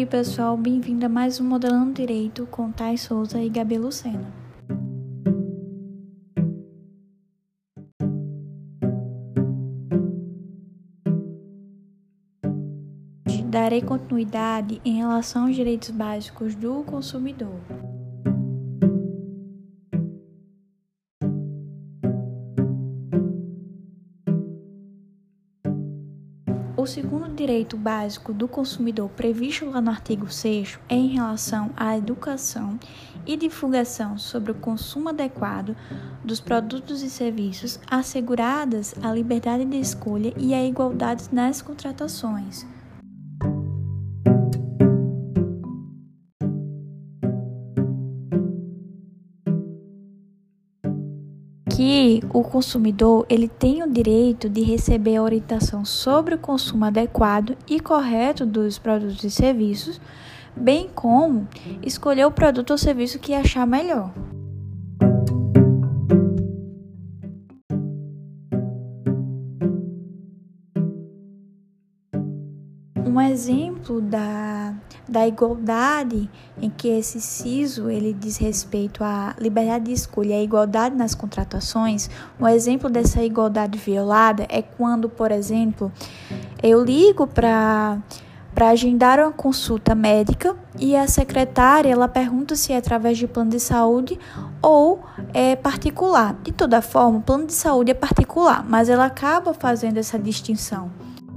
pessoal, bem-vindo a mais um Modelando Direito com Thais Souza e Gabi Lucena. Darei continuidade em relação aos direitos básicos do consumidor. O segundo direito básico do consumidor previsto lá no artigo 6º é em relação à educação e divulgação sobre o consumo adequado dos produtos e serviços, asseguradas a liberdade de escolha e a igualdade nas contratações. Que o consumidor ele tem o direito de receber a orientação sobre o consumo adequado e correto dos produtos e serviços, bem como escolher o produto ou serviço que achar melhor. Um exemplo da igualdade em que esse inciso ele diz respeito à liberdade de escolha e à igualdade nas contratações, um exemplo dessa igualdade violada é quando, por exemplo, eu ligo para agendar uma consulta médica e a secretária ela pergunta se é através de plano de saúde ou é particular. De toda forma, o plano de saúde é particular, mas ela acaba fazendo essa distinção.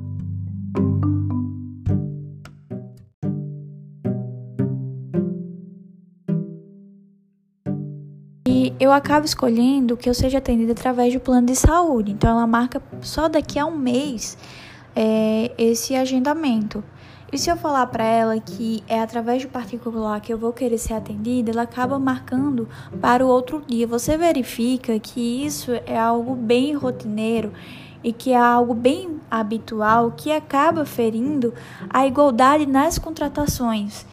E eu acabo escolhendo que eu seja atendida através do plano de saúde. Então, ela marca só daqui a um mês esse agendamento. E se eu falar para ela que é através do particular que eu vou querer ser atendida, ela acaba marcando para o outro dia. Você verifica que isso é algo bem rotineiro e que é algo bem habitual que acaba ferindo a igualdade nas contratações.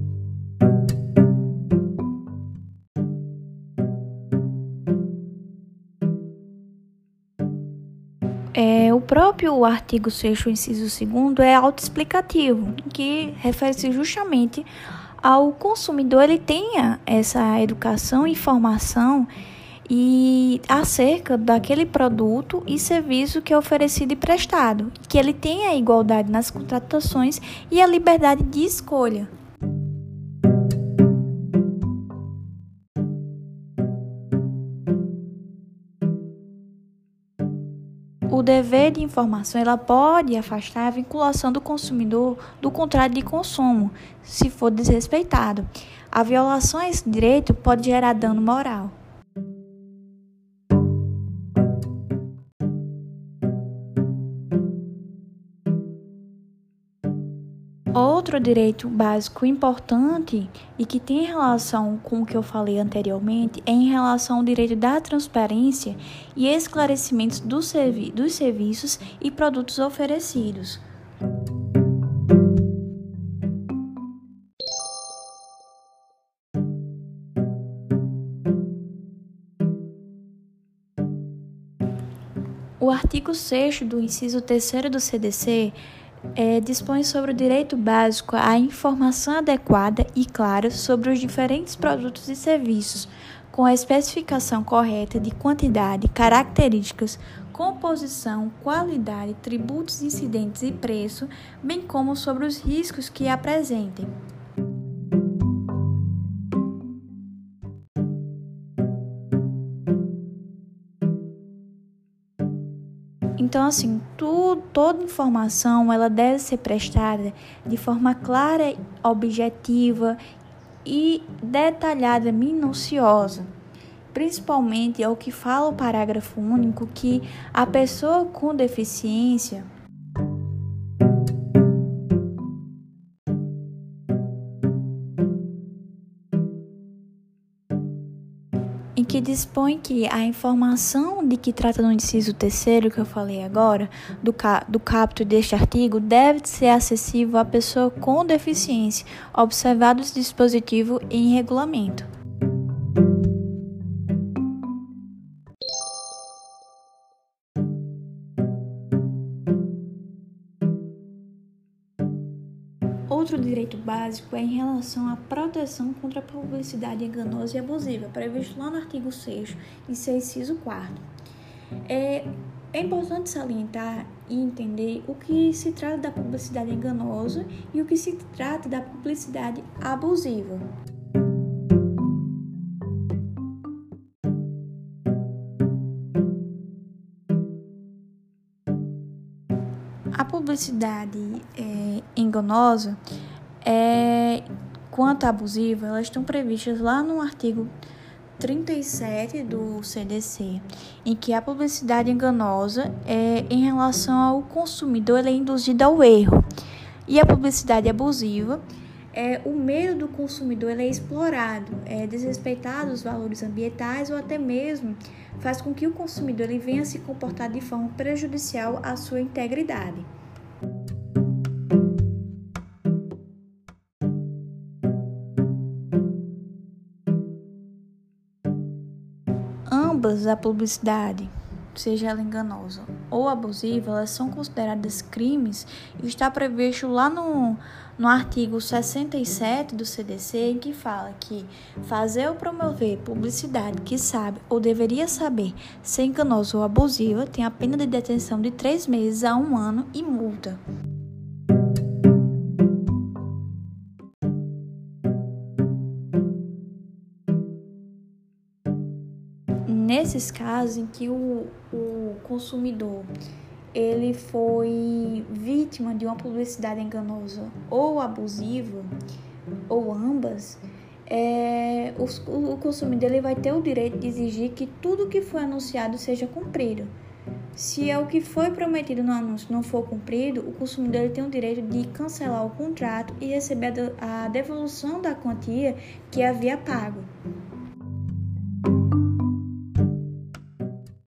O próprio artigo 6º, inciso 2º, é autoexplicativo, que refere-se justamente ao consumidor ele tenha essa educação e informação e acerca daquele produto e serviço que é oferecido e prestado, que ele tenha a igualdade nas contratações e a liberdade de escolha. O dever de informação ela pode afastar a vinculação do consumidor do contrato de consumo, se for desrespeitado. A violação a esse direito pode gerar dano moral. Outro direito básico importante e que tem relação com o que eu falei anteriormente é em relação ao direito da transparência e esclarecimentos dos serviços e produtos oferecidos. O artigo 6º do inciso 3º do CDC dispõe sobre o direito básico à informação adequada e clara sobre os diferentes produtos e serviços, com a especificação correta de quantidade, características, composição, qualidade, tributos, incidentes e preço, bem como sobre os riscos que apresentem. Então, assim, toda informação ela deve ser prestada de forma clara, objetiva e detalhada, minuciosa. Principalmente é o que fala o parágrafo único que a pessoa com deficiência em que dispõe que a informação de que trata no inciso 3º que eu falei agora, do caput deste artigo, deve ser acessível à pessoa com deficiência, observados dispositivo em regulamento. outro direito básico é em relação à proteção contra a publicidade enganosa e abusiva, previsto lá no artigo 6º e seu inciso 4º. É importante salientar e entender o que se trata da publicidade enganosa e o que se trata da publicidade abusiva. A publicidade enganosa quanto abusiva, elas estão previstas lá no artigo 37 do CDC, em que a publicidade enganosa em relação ao consumidor é induzida ao erro. E a publicidade abusiva o medo do consumidor é explorado, desrespeitado os valores ambientais ou até mesmo faz com que o consumidor venha a se comportar de forma prejudicial à sua integridade. Ambas, a publicidade, seja ela enganosa ou abusiva, elas são consideradas crimes e está previsto lá no artigo 67 do CDC, em que fala que fazer ou promover publicidade que sabe ou deveria saber ser enganosa ou abusiva tem a pena de detenção de 3 meses a 1 ano e multa. Nesses casos em que o consumidor ele foi vítima de uma publicidade enganosa ou abusiva, ou ambas, o consumidor ele vai ter o direito de exigir que tudo que foi anunciado seja cumprido. Se o que foi prometido no anúncio não for cumprido, o consumidor ele tem o direito de cancelar o contrato e receber a devolução da quantia que havia pago.